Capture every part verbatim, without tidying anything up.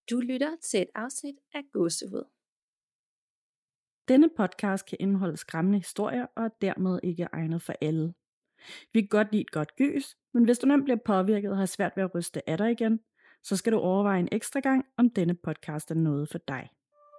Du lytter til et afsnit af Gåsehud. Denne podcast kan indeholde skræmmende historier og er dermed ikke egnet for alle. Vi kan godt lide et godt gys, men hvis du nemt bliver påvirket og har svært ved at ryste af dig igen, så skal du overveje en ekstra gang, om denne podcast er noget for dig.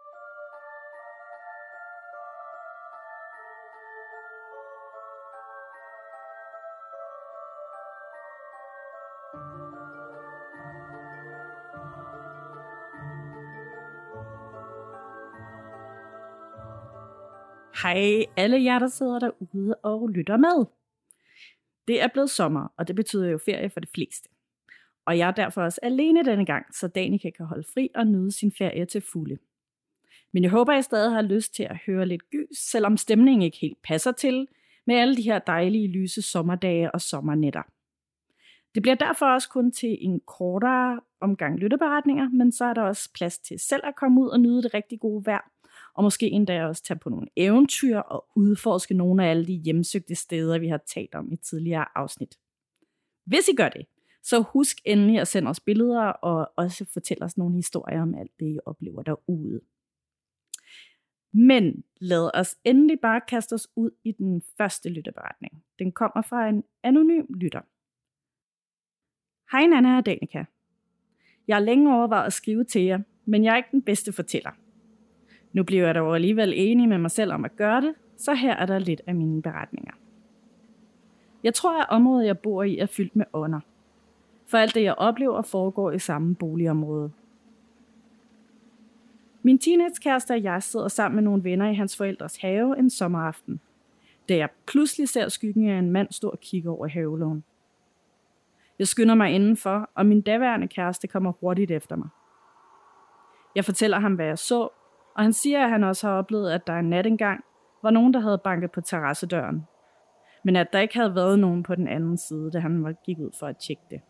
Hej alle jer, der sidder derude og lytter med. Det er blevet sommer, og det betyder jo ferie for de fleste. Og jeg er derfor også alene denne gang, så Danica kan holde fri og nyde sin ferie til fulde. Men jeg håber, at I stadig har lyst til at høre lidt gys, selvom stemningen ikke helt passer til, med alle de her dejlige lyse sommerdage og sommernætter. Det bliver derfor også kun til en kortere omgang lytteberetninger, men så er der også plads til selv at komme ud og nyde det rigtig gode vejr, og måske endda også tage på nogle eventyr og udforske nogle af alle de hjemsøgte steder, vi har talt om i tidligere afsnit. Hvis I gør det, så husk endelig at sende os billeder og også fortælle os nogle historier om alt det, I oplever derude. Men lad os endelig bare kaste os ud i den første lytteberetning. Den kommer fra en anonym lytter. Hej Nana og Danica. Jeg har længe overvejet at skrive til jer, men jeg er ikke den bedste fortæller. Nu bliver jeg dog alligevel enig med mig selv om at gøre det, så her er der lidt af mine beretninger. Jeg tror, at området, jeg bor i, er fyldt med ånder. For alt det, jeg oplever, foregår i samme boligområde. Min teenagekæreste og jeg sidder sammen med nogle venner i hans forældres have en sommeraften, da jeg pludselig ser skyggen af en mand stå og kigge over havelågen. Jeg skynder mig indenfor, og min daværende kæreste kommer hurtigt efter mig. Jeg fortæller ham, hvad jeg så, og han siger, at han også har oplevet, at der en nat engang var nogen, der havde banket på terrassedøren, men at der ikke havde været nogen på den anden side, da han gik ud for at tjekke det.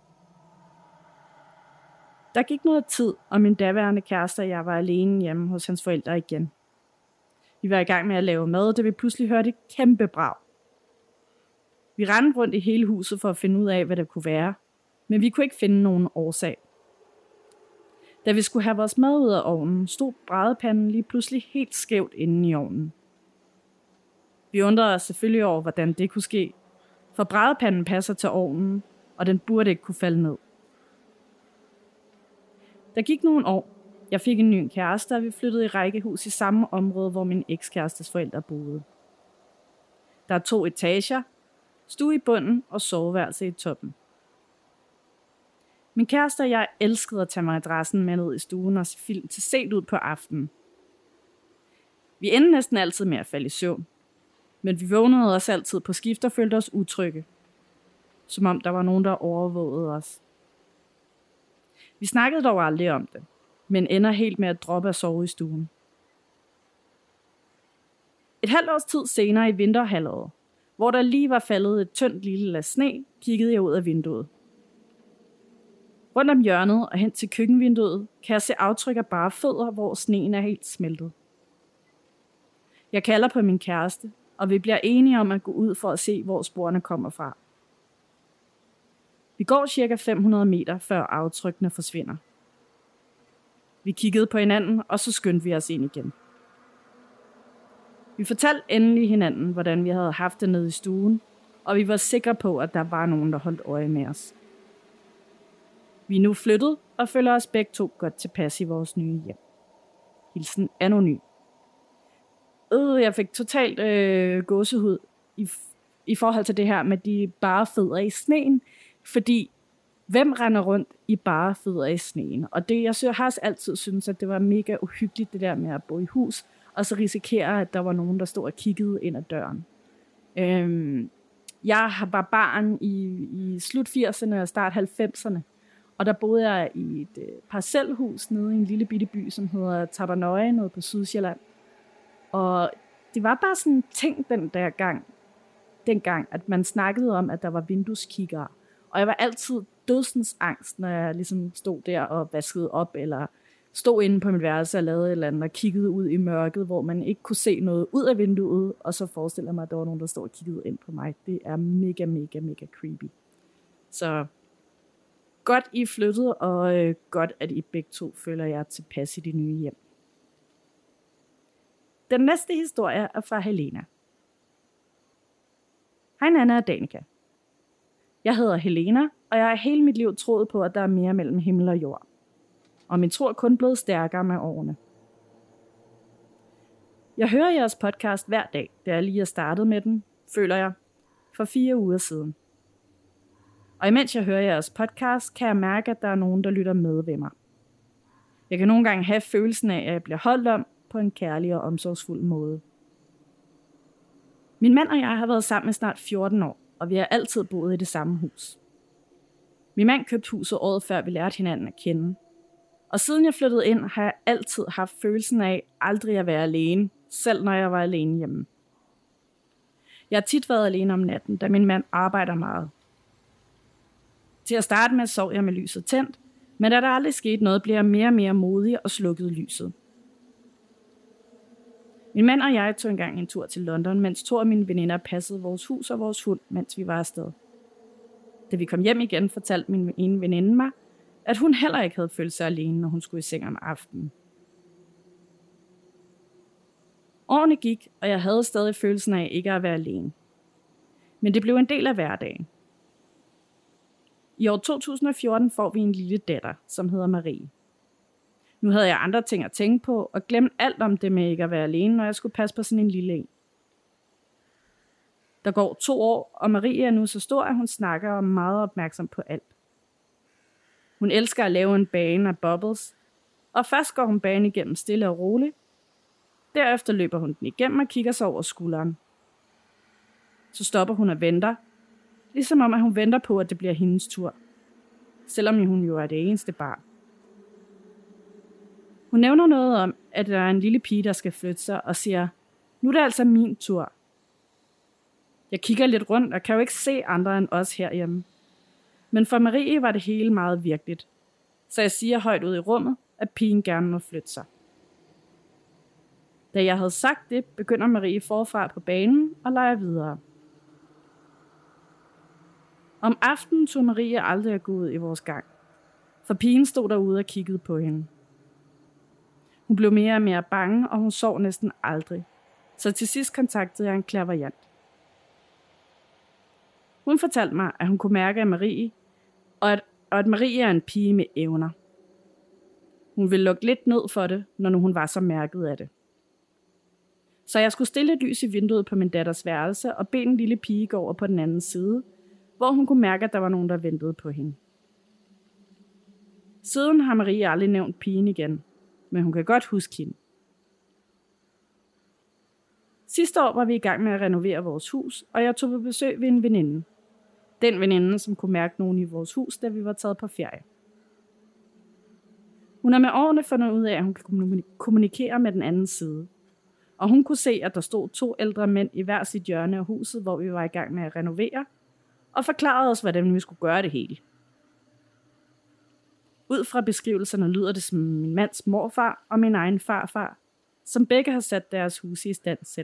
Der gik noget tid, og min daværende kæreste og jeg var alene hjemme hos hans forældre igen. Vi var i gang med at lave mad, da vi pludselig hørte et kæmpe brag. Vi rendte rundt i hele huset for at finde ud af, hvad det kunne være, men vi kunne ikke finde nogen årsag. Da vi skulle have vores mad ud af ovnen, stod bradepanden lige pludselig helt skævt inde i ovnen. Vi undrede os selvfølgelig over, hvordan det kunne ske, for bradepanden passer til ovnen, og den burde ikke kunne falde ned. Der gik nogle år. Jeg fik en ny kæreste, og vi flyttede i rækkehus i samme område, hvor min ekskærestes forældre boede. Der er to etager, stue i bunden og soveværelse i toppen. Min kæreste og jeg elskede at tage madrassen med ned i stuen og se film til sent ud på aftenen. Vi endte næsten altid med at falde i søvn, men vi vågnede også altid på skift og følte os utrygge, som om der var nogen, der overvågede os. Vi snakkede dog aldrig om det, men ender helt med at droppe at sove i stuen. Et halvt års tid senere i vinterhalvåret, hvor der lige var faldet et tyndt lille lag sne, kiggede jeg ud af vinduet. Rundt om hjørnet og hen til køkkenvinduet kan jeg se aftryk af bare fødder, hvor sneen er helt smeltet. Jeg kalder på min kæreste, og vi bliver enige om at gå ud for at se, hvor sporene kommer fra. Vi går cirka fem hundrede meter, før aftrykkene forsvinder. Vi kiggede på hinanden, og så skyndte vi os ind igen. Vi fortalte endelig hinanden, hvordan vi havde haft det nede i stuen, og vi var sikre på, at der var nogen, der holdt øje med os. Vi er nu flyttet og føler os begge to godt tilpas i vores nye hjem. Hilsen anonym. Øh, jeg fik totalt øh, gåsehud i, i forhold til det her med de bare fødder i sneen, fordi hvem render rundt i bare fødder i sneen? Og det, jeg synes, har også altid syntes, at det var mega uhyggeligt, det der med at bo i hus, og så risikere, at der var nogen, der stod og kiggede ind ad døren. Øhm, jeg var barn i, i slut firserne og start halvfemserne, og der boede jeg i et øh, parcelhus nede i en lille bitte by, som hedder Tabernøje, nede på Sydsjælland. Og det var bare sådan en ting den der gang, dengang, at man snakkede om, at der var vindueskikkere. Og jeg var altid dødsens angst, når jeg ligesom stod der og vaskede op, eller stod inde på mit værelse og lavede et eller andet, og kiggede ud i mørket, hvor man ikke kunne se noget ud af vinduet, og så forestiller jeg mig, at der var nogen, der stod og kiggede ind på mig. Det er mega, mega, mega creepy. Så godt, I er flyttet, og øh, godt, at I begge to føler jer tilpas i de nye hjem. Den næste historie er fra Helena. Hej Nanna og Danika. Jeg hedder Helena, og jeg har hele mit liv troet på, at der er mere mellem himmel og jord. Og min tro er kun blevet stærkere med årene. Jeg hører jeres podcast hver dag, da jeg lige er startet med den, føler jeg, for fire uger siden. Og imens jeg hører jeres podcast, kan jeg mærke, at der er nogen, der lytter med ved mig. Jeg kan nogle gange have følelsen af, at jeg bliver holdt om på en kærlig og omsorgsfuld måde. Min mand og jeg har været sammen i snart fjorten år, og vi har altid boet i det samme hus. Min mand købte huset året før vi lærte hinanden at kende. Og siden jeg flyttede ind, har jeg altid haft følelsen af aldrig at være alene, selv når jeg var alene hjemme. Jeg har tit været alene om natten, da min mand arbejder meget. Til at starte med sov jeg med lyset tændt, men da der aldrig skete noget, blev jeg mere og mere modig og slukkede lyset. Min mand og jeg tog engang en tur til London, mens to af mine veninder passede vores hus og vores hund, mens vi var afsted. Da vi kom hjem igen, fortalte min ene veninde mig, at hun heller ikke havde følt sig alene, når hun skulle i seng om aftenen. Årene gik, og jeg havde stadig følelsen af ikke at være alene. Men det blev en del af hverdagen. I år to tusind og fjorten får vi en lille datter, som hedder Marie. Nu havde jeg andre ting at tænke på, og glemt alt om det med ikke at være alene, når jeg skulle passe på sådan en lille en. Der går to år, og Marie er nu så stor, at hun snakker og er meget opmærksom på alt. Hun elsker at lave en bane af bubbles, og først går hun banen igennem stille og roligt. Derefter løber hun den igennem og kigger sig over skulderen. Så stopper hun og venter, ligesom om at hun venter på, at det bliver hendes tur, selvom hun jo er det eneste barn. Hun nævner noget om, at der er en lille pige, der skal flytte sig, og siger, nu er det altså min tur. Jeg kigger lidt rundt og kan jo ikke se andre end os herhjemme. Men for Marie var det hele meget virkeligt, så jeg siger højt ud i rummet, at pigen gerne må flytte sig. Da jeg havde sagt det, begynder Marie forfra på banen og leger videre. Om aftenen tog Marie aldrig at gå ud i vores gang, for pigen stod derude og kiggede på hende. Hun blev mere og mere bange, og hun sov næsten aldrig, så til sidst kontaktede jeg en clairvoyant. Hun fortalte mig, at hun kunne mærke af Marie, og at, og at Marie er en pige med evner. Hun ville lukke lidt ned for det, når nu hun var så mærket af det. Så jeg skulle stille et lys i vinduet på min datters værelse og bede en lille pige gå over på den anden side, hvor hun kunne mærke, at der var nogen, der ventede på hende. Siden har Marie aldrig nævnt pigen igen, men hun kan godt huske hende. Sidste år var vi i gang med at renovere vores hus, og jeg tog på besøg ved en veninde. Den veninde, som kunne mærke nogen i vores hus, da vi var taget på ferie. Hun har med årene fundet ud af, at hun kan kommunikere med den anden side. Og hun kunne se, at der stod to ældre mænd i hver sit hjørne af huset, hvor vi var i gang med at renovere, og forklarede os, hvordan vi skulle gøre det hele. Ud fra beskrivelserne lyder det som min mands morfar og min egen farfar, som begge har sat deres hus i stand selv.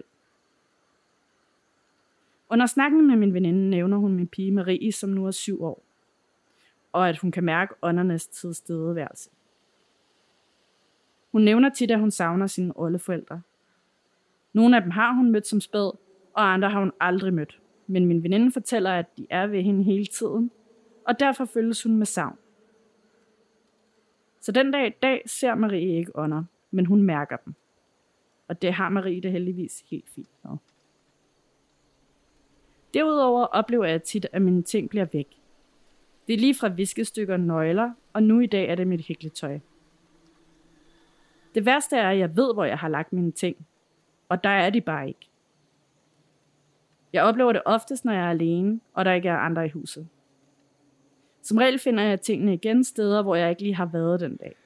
Under snakken med min veninde nævner hun min pige Marie, som nu er syv år, og at hun kan mærke åndernes tilstedeværelse. Hun nævner tit, at hun savner sine oldeforældre. Nogle af dem har hun mødt som spæd, og andre har hun aldrig mødt. Men min veninde fortæller, at de er ved hende hele tiden, og derfor følges hun med savn. Så den dag i dag ser Marie ikke ånder, men hun mærker dem. Og det har Marie det heldigvis helt fint med. Derudover oplever jeg tit, at mine ting bliver væk. Det er lige fra viskestykker og nøgler, og nu i dag er det mit hækletøj. Det værste er, at jeg ved, hvor jeg har lagt mine ting, og der er de bare ikke. Jeg oplever det oftest, når jeg er alene, og der ikke er andre i huset. Som regel finder jeg tingene igen steder, hvor jeg ikke lige har været den dag.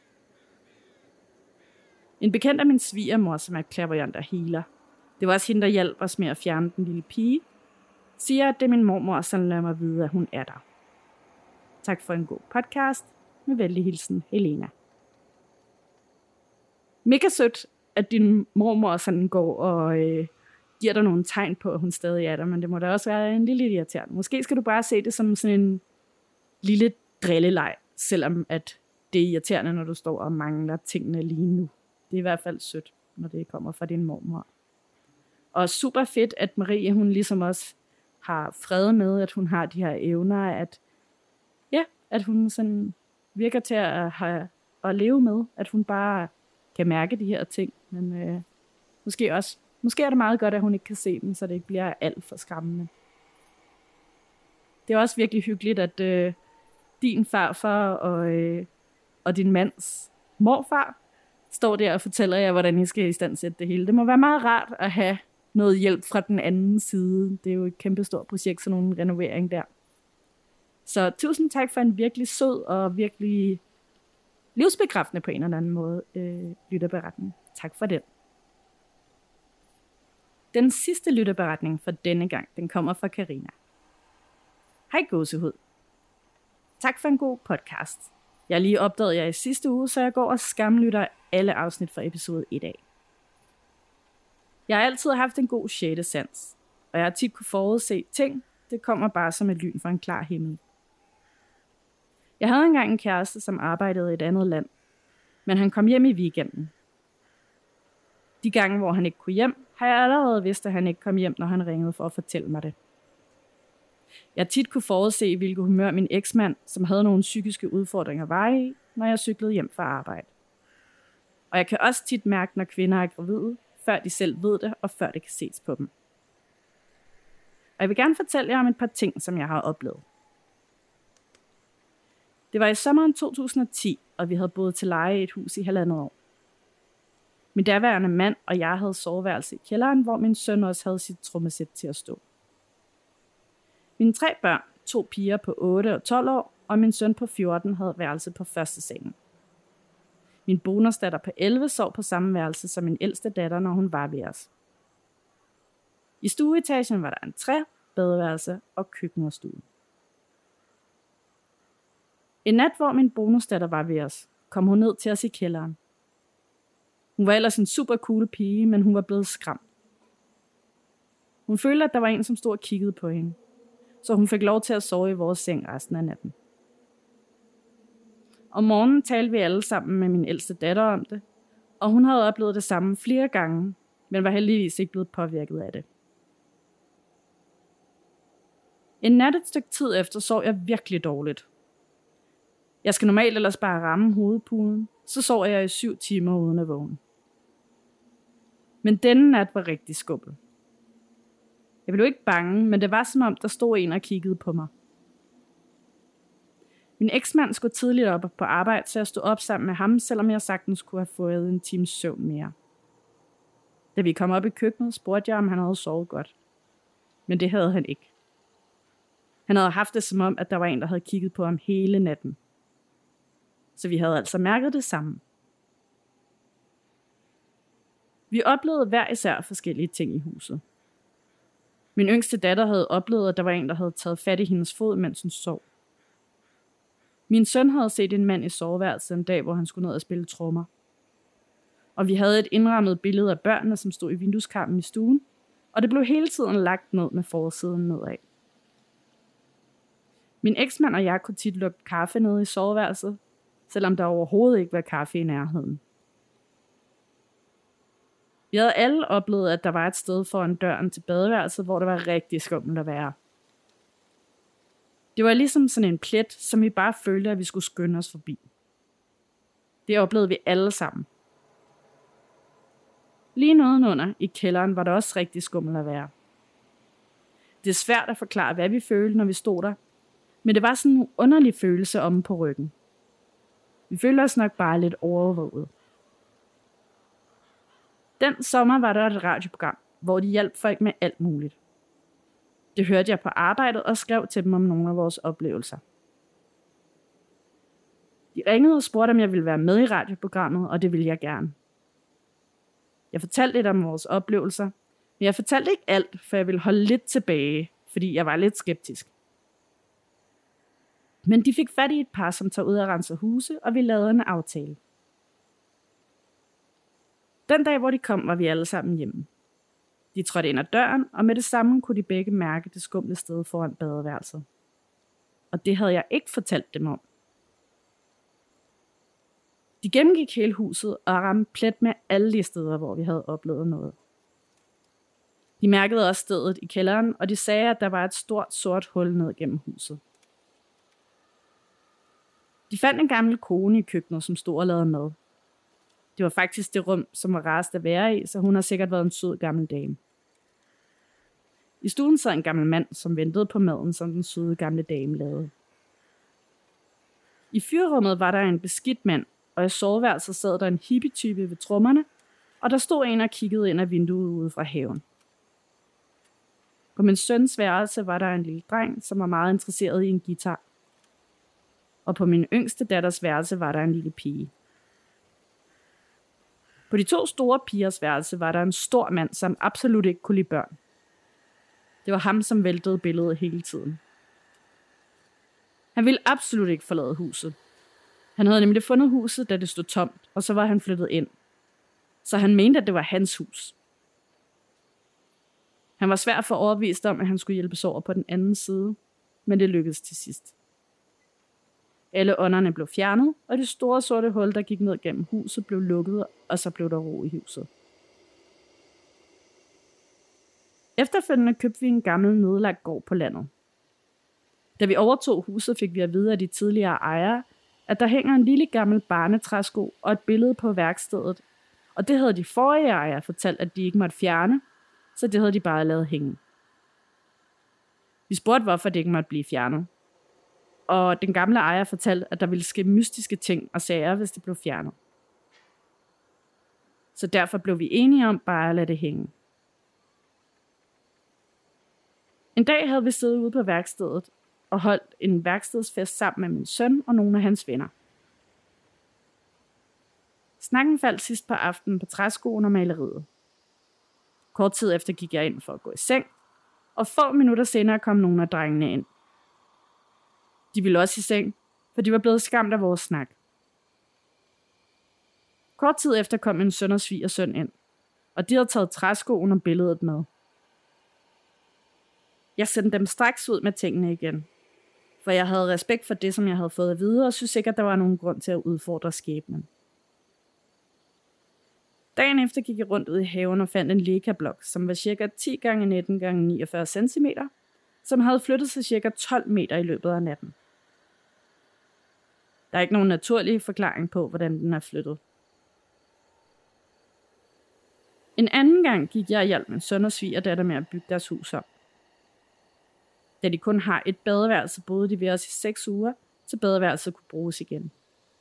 En bekendt af min svigermor, som er clairvoyant og healer, det var også hende, der hjalp os med at fjerne den lille pige, siger, at det er min mormor, som lader mig vide, at hun er der. Tak for en god podcast. Med venlig hilsen, Helena. Mega sødt, at din mormor sådan går og øh, giver dig nogle tegn på, at hun stadig er der, men det må da også være en lille irriterende. Måske skal du bare se det som sådan en lille drilleleg, selvom at det er irriterende, når du står og mangler tingene lige nu. Det er i hvert fald sødt, når det kommer fra din mormor. Og super fedt, at Marie, hun ligesom også har fred med, at hun har de her evner, at ja, at hun sådan virker til at, have, at leve med, at hun bare kan mærke de her ting, men øh, måske også, måske er det meget godt, at hun ikke kan se dem, så det ikke bliver alt for skræmmende. Det er også virkelig hyggeligt, at øh, din farfar og, øh, og din mands morfar står der og fortæller jer, hvordan I skal istandsætte det hele. Det må være meget rart at have noget hjælp fra den anden side. Det er jo et kæmpestort projekt, sådan en renovering der. Så tusind tak for en virkelig sød og virkelig livsbekræftende på en eller anden måde øh, lytterberetning. Tak for den. Den sidste lytterberetning for denne gang, den kommer fra Karina. Hej gåsehud. Tak for en god podcast. Jeg lige opdagede jer i sidste uge, så jeg går og skamlytter alle afsnit fra episode et af. Jeg har altid haft en god sjette sans, og jeg har tit kunne forudse ting. Det kommer bare som et lyn fra en klar himmel. Jeg havde engang en kæreste, som arbejdede i et andet land, men han kom hjem i weekenden. De gange, hvor han ikke kunne hjem, har jeg allerede vidst, at han ikke kom hjem, når han ringede for at fortælle mig det. Jeg tit kunne forudse, hvilket humør min eksmand, som havde nogle psykiske udfordringer, var i, når jeg cyklede hjem fra arbejde. Og jeg kan også tit mærke, når kvinder er gravide, før de selv ved det, og før det kan ses på dem. Og jeg vil gerne fortælle jer om et par ting, som jeg har oplevet. Det var i sommeren to tusind og ti, og vi havde boet til leje i et hus i halvandet år. Min daværende mand og jeg havde soveværelse i kælderen, hvor min søn også havde sit trommesæt til at stå. Mine tre børn, to piger på otte og tolv år, og min søn på fjorten havde værelse på første salen. Min bonusdatter på elleve sov på samme værelse som min ældste datter, når hun var ved os. I stueetagen var der en træ, badeværelse og køkken og stue. En nat, hvor min bonusdatter var ved os, kom hun ned til os i kælderen. Hun var ellers en super cool pige, men hun var blevet skræmt. Hun følte, at der var en, som stod og kiggede på hende, så hun fik lov til at sove i vores seng resten af natten. Om morgenen talte vi alle sammen med min ældste datter om det, og hun havde oplevet det samme flere gange, men var heldigvis ikke blevet påvirket af det. En nat et stykke tid efter sov jeg virkelig dårligt. Jeg skal normalt ellers bare ramme hovedpuden, så sov jeg i syv timer uden at vågne. Men denne nat var rigtig skummel. Jeg blev ikke bange, men det var som om, der stod en og kiggede på mig. Min eksmand skulle tidligt op på arbejde, så jeg stod op sammen med ham, selvom jeg sagtens kunne have fået en times søvn mere. Da vi kom op i køkkenet, spurgte jeg, om han havde sovet godt. Men det havde han ikke. Han havde haft det som om, at der var en, der havde kigget på ham hele natten. Så vi havde altså mærket det samme. Vi oplevede hver især forskellige ting i huset. Min yngste datter havde oplevet, at der var en, der havde taget fat i hendes fod, mens hun sov. Min søn havde set en mand i soveværelset en dag, hvor han skulle ned og spille trommer. Og vi havde et indrammet billede af børnene, som stod i vindueskarmen i stuen, og det blev hele tiden lagt ned med forsiden nedad. Min eksmand og jeg kunne tit lugte kaffe nede i soveværelset, selvom der overhovedet ikke var kaffe i nærheden. Vi havde alle oplevet, at der var et sted foran døren til badeværelset, hvor det var rigtig skummelt at være. Det var ligesom sådan en plet, som vi bare følte, at vi skulle skynde os forbi. Det oplevede vi alle sammen. Lige nedenunder i kælderen var der også rigtig skummelt at være. Det er svært at forklare, hvad vi følte, når vi stod der, men det var sådan en underlig følelse omme på ryggen. Vi følte os nok bare lidt overvåget. Den sommer var der et radioprogram, hvor de hjalp folk med alt muligt. Det hørte jeg på arbejdet og skrev til dem om nogle af vores oplevelser. De ringede og spurgte, om jeg ville være med i radioprogrammet, og det ville jeg gerne. Jeg fortalte lidt om vores oplevelser, men jeg fortalte ikke alt, for jeg ville holde lidt tilbage, fordi jeg var lidt skeptisk. Men de fik fat i et par, som tager ud og renser huse, og vi lavede en aftale. Den dag, hvor de kom, var vi alle sammen hjemme. De trådte ind ad døren, og med det samme kunne de begge mærke det skumle sted foran badeværelset. Og det havde jeg ikke fortalt dem om. De gennemgik hele huset og ramte plet med alle de steder, hvor vi havde oplevet noget. De mærkede også stedet i kælderen, og de sagde, at der var et stort sort hul ned gennem huset. De fandt en gammel kone i køkkenet, som stod og lavede mad. Det var faktisk det rum, som var rarest at være i, så hun har sikkert været en sød gammel dame. I stuen sad en gammel mand, som ventede på maden, som den søde gamle dame lavede. I fyrrummet var der en beskidt mand, og i soveværelset sad der en hippie-type ved trommerne, og der stod en og kiggede ind af vinduet ude fra haven. På min søns værelse var der en lille dreng, som var meget interesseret i en guitar. Og på min yngste datters værelse var der en lille pige. På de to store pigers værelse var der en stor mand, som absolut ikke kunne lide børn. Det var ham, som væltede billedet hele tiden. Han ville absolut ikke forlade huset. Han havde nemlig fundet huset, da det stod tomt, og så var han flyttet ind. Så han mente, at det var hans hus. Han var svær for overbevist om, at han skulle hjælpes over på den anden side, men det lykkedes til sidst. Alle ånderne blev fjernet, og det store sorte hul, der gik ned gennem huset, blev lukket, og så blev der ro i huset. Efterfølgende købte vi en gammel nedlagt gård på landet. Da vi overtog huset, fik vi at vide af de tidligere ejere, at der hænger en lille gammel barnetræsko og et billede på værkstedet, og det havde de forrige ejere fortalt, at de ikke måtte fjerne, så det havde de bare lavet hænge. Vi spurgte, hvorfor det ikke måtte blive fjernet, og den gamle ejer fortalte, at der ville ske mystiske ting og sager, hvis det blev fjernet. Så derfor blev vi enige om bare at lade det hænge. En dag havde vi siddet ude på værkstedet og holdt en værkstedsfest sammen med min søn og nogle af hans venner. Snakken faldt sidst på aftenen på træskoen og maleriet. Kort tid efter gik jeg ind for at gå i seng, og få minutter senere kom nogle af drengene ind. De ville også i seng, for de var blevet skræmt af vores snak. Kort tid efter kom min søn og svigersøn ind, og de havde taget træskoen og billedet med. Jeg sendte dem straks ud med tingene igen, for jeg havde respekt for det, som jeg havde fået at vide, og synes ikke, at der var nogen grund til at udfordre skæbnen. Dagen efter gik jeg rundt ud i haven og fandt en Leka-blok, som var cirka ti gange nitten gange niogfyrre centimeter, som havde flyttet sig cirka tolv meter i løbet af natten. Der er ikke nogen naturlig forklaring på, hvordan den er flyttet. En anden gang gik jeg og hjalp min søn og svigerdatter med at bygge deres hus op. Da de kun har et badeværelse, boede de ved os i seks uger, så badeværelset kunne bruges igen.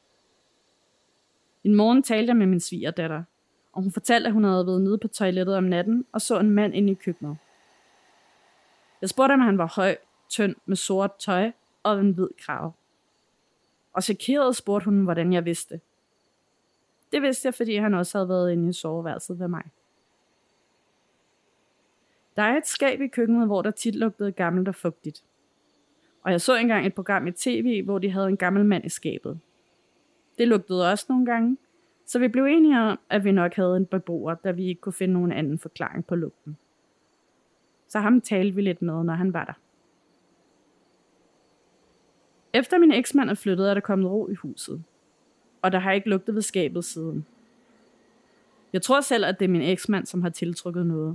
En morgen talte jeg med min svigerdatter, og hun fortalte, at hun havde været nede på toilettet om natten og så en mand inde i køkkenet. Jeg spurgte, om han var høj, tynd med sort tøj og en hvid krave. Og chokeret spurgte hun, hvordan jeg vidste. Det vidste jeg, fordi han også havde været inde i soveværelset ved mig. Der er et skab i køkkenet, hvor der tit lugtede gammelt og fugtigt. Og jeg så engang et program i tv, hvor de havde en gammel mand i skabet. Det lugtede også nogle gange, så vi blev enige om, at vi nok havde en beboer, da vi ikke kunne finde nogen anden forklaring på lugten. Så ham talte vi lidt med, når han var der. Efter min eksmand er flyttet, er der kommet ro i huset. Og der har ikke lugtet ved skabet siden. Jeg tror selv, at det er min eksmand, som har tiltrukket noget.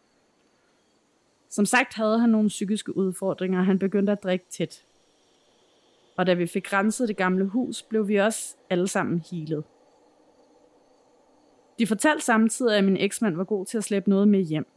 Som sagt havde han nogle psykiske udfordringer, og han begyndte at drikke tæt. Og da vi fik renset det gamle hus, blev vi også alle sammen healet. De fortalte samtidig, at min eksmand var god til at slæbe noget med hjem.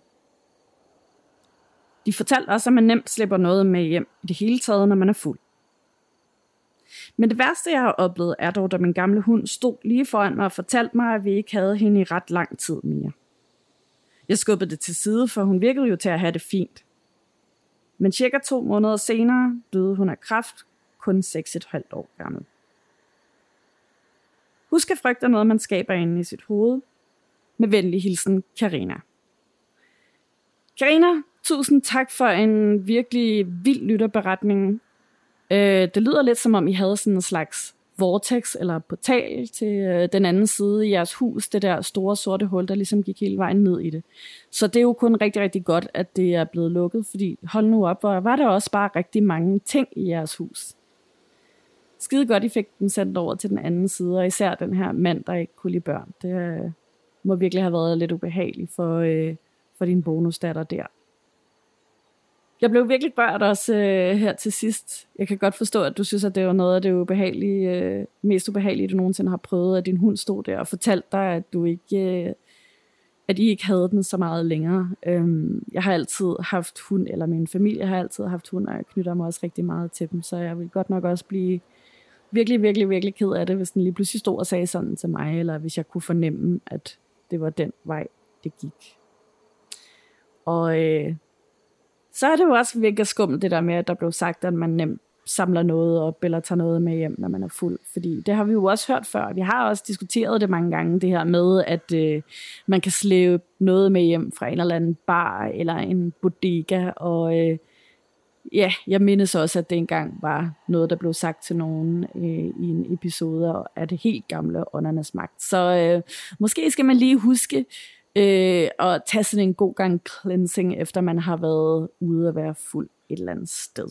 De fortalte også, at man nemt slipper noget med hjem i det hele taget, når man er fuld. Men det værste, jeg har oplevet, er dog, da min gamle hund stod lige foran mig og fortalte mig, at vi ikke havde hende i ret lang tid mere. Jeg skubbede det til side, for hun virkede jo til at have det fint. Men cirka to måneder senere døde hun af kræft, kun seks et halvt år gammel. Husk at frygte noget, man skaber inde i sit hoved. Med venlig hilsen, Karina. Karina, tusind tak for en virkelig vild lytterberetning. Det lyder lidt som om, I havde sådan en slags vortex eller portal til den anden side i jeres hus, det der store sorte hul, der ligesom gik hele vejen ned i det. Så det er jo kun rigtig, rigtig godt, at det er blevet lukket, fordi hold nu op, hvor var der også bare rigtig mange ting i jeres hus. skide godt, I fik den sendt over til den anden side, og især den her mand, der ikke kunne lide børn. Det øh, må virkelig have været lidt ubehageligt for, øh, for din bonusdatter der. Jeg blev virkelig rørt også øh, her til sidst. Jeg kan godt forstå, at du synes, at det var noget af det ubehagelige, øh, mest ubehagelige, du nogensinde har prøvet, at din hund stod der og fortalte dig, at du ikke, øh, at I ikke havde den så meget længere. Øhm, jeg har altid haft hund, eller min familie har altid haft hund, og jeg knytter mig også rigtig meget til dem, så jeg vil godt nok også blive virkelig, virkelig, virkelig ked af det, hvis den lige pludselig stod og sagde sådan til mig, eller hvis jeg kunne fornemme, at det var den vej, det gik. Og øh, så er det jo også virkelig skummelt det der med, at der blev sagt, at man nemt samler noget op, eller tager noget med hjem, når man er fuld. Fordi det har vi jo også hørt før. Vi har også diskuteret det mange gange, det her med, at øh, man kan slæbe noget med hjem fra en eller anden bar, eller en bodega, og øh, ja, jeg mindes også, at det engang var noget, der blev sagt til nogen øh, i en episode af det helt gamle Åndernes Magt. Så øh, måske skal man lige huske øh, at tage sådan en god gang cleansing, efter man har været ude at være fuld et eller andet sted.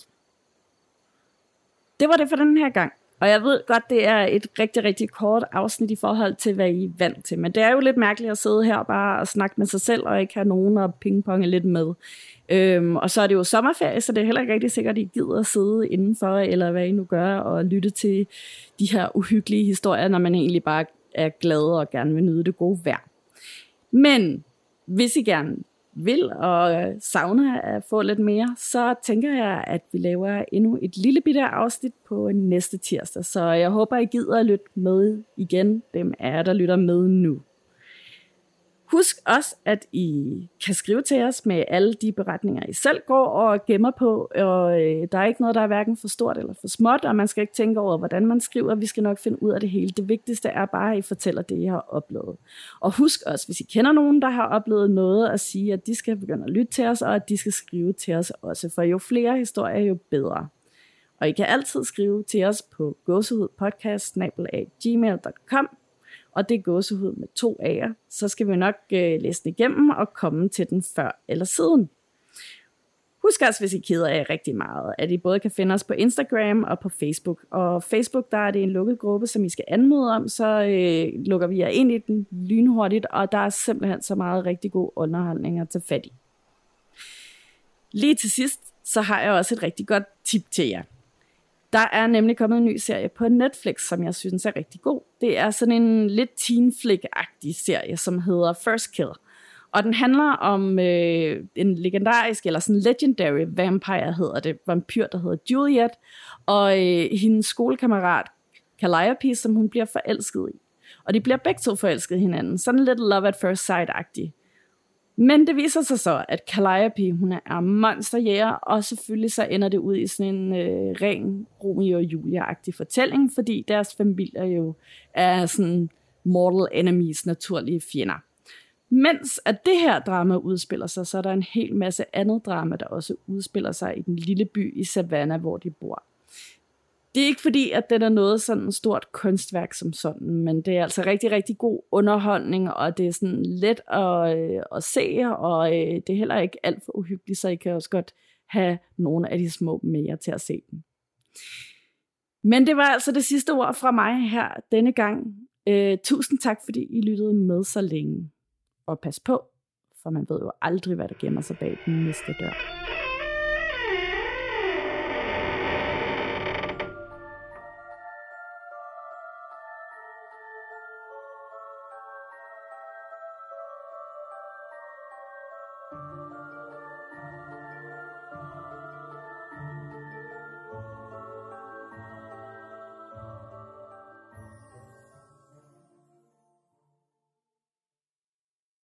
Det var det for den her gang. Og jeg ved godt, det er et rigtig, rigtig kort afsnit i forhold til, hvad I er vant til. Men det er jo lidt mærkeligt at sidde her bare og snakke med sig selv, og ikke have nogen at pingponge lidt med. Øhm, og så er det jo sommerferie, så det er heller ikke rigtig sikkert, at I gider at sidde indenfor, eller hvad I nu gør, og lytte til de her uhyggelige historier, når man egentlig bare er glad og gerne vil nyde det gode vejr. Men hvis I gerne vil og savner at få lidt mere, så tænker jeg, at vi laver endnu et lille bitte afsnit på næste tirsdag. Så jeg håber, I gider at lytte med igen, dem er der lytter med nu. Husk også, at I kan skrive til os med alle de beretninger, I selv går og gemmer på. Og øh, der er ikke noget, der er hverken for stort eller for småt, og man skal ikke tænke over, hvordan man skriver. Vi skal nok finde ud af det hele. Det vigtigste er bare, at I fortæller det, I har oplevet. Og husk også, hvis I kender nogen, der har oplevet noget, at sige, at de skal begynde at lytte til os, og at de skal skrive til os også. For jo flere historier, jo bedre. Og I kan altid skrive til os på gåsehudpodcast snabel-a gmail punktum com. Og det er gåsehud med to A'er, så skal vi nok øh, læse den igennem og komme til den før eller siden. Husk også, hvis I keder af rigtig meget, at I både kan finde os på Instagram og på Facebook. Og Facebook, der er det en lukket gruppe, som I skal anmode om, så øh, lukker vi jer ind i den lynhurtigt, og der er simpelthen så meget rigtig god underholdning at tage fat i. Lige til sidst, så har jeg også et rigtig godt tip til jer. Der er nemlig kommet en ny serie på Netflix, som jeg synes er rigtig god. Det er sådan en lidt teen flick-agtig serie, som hedder First Kill. Og den handler om øh, en legendarisk, eller sådan legendary vampire hedder det, vampyr, der hedder Juliet, og øh, hendes skolekammerat Calliope, som hun bliver forelsket i. Og de bliver begge to forelsket i hinanden, sådan lidt love at first sight-agtig. Men det viser sig så, at Calliope, hun er monsterjæger, og selvfølgelig så ender det ud i sådan en øh, ren Romeo og Julia-agtig fortælling, fordi deres familier jo er sådan mortal enemies, naturlige fjender. Mens at det her drama udspiller sig, så er der en hel masse andet drama, der også udspiller sig i den lille by i Savannah, hvor de bor. Det er ikke fordi, at det er noget sådan stort kunstværk som sådan, men det er altså rigtig, rigtig god underholdning, og det er sådan let at, øh, at se, og øh, det er heller ikke alt for uhyggeligt, så I kan også godt have nogle af de små mere til at se dem. Men det var altså det sidste ord fra mig her denne gang. Øh, tusind tak, fordi I lyttede med så længe. Og pas på, for man ved jo aldrig, hvad der gemmer sig bag den næste dør. Thank you.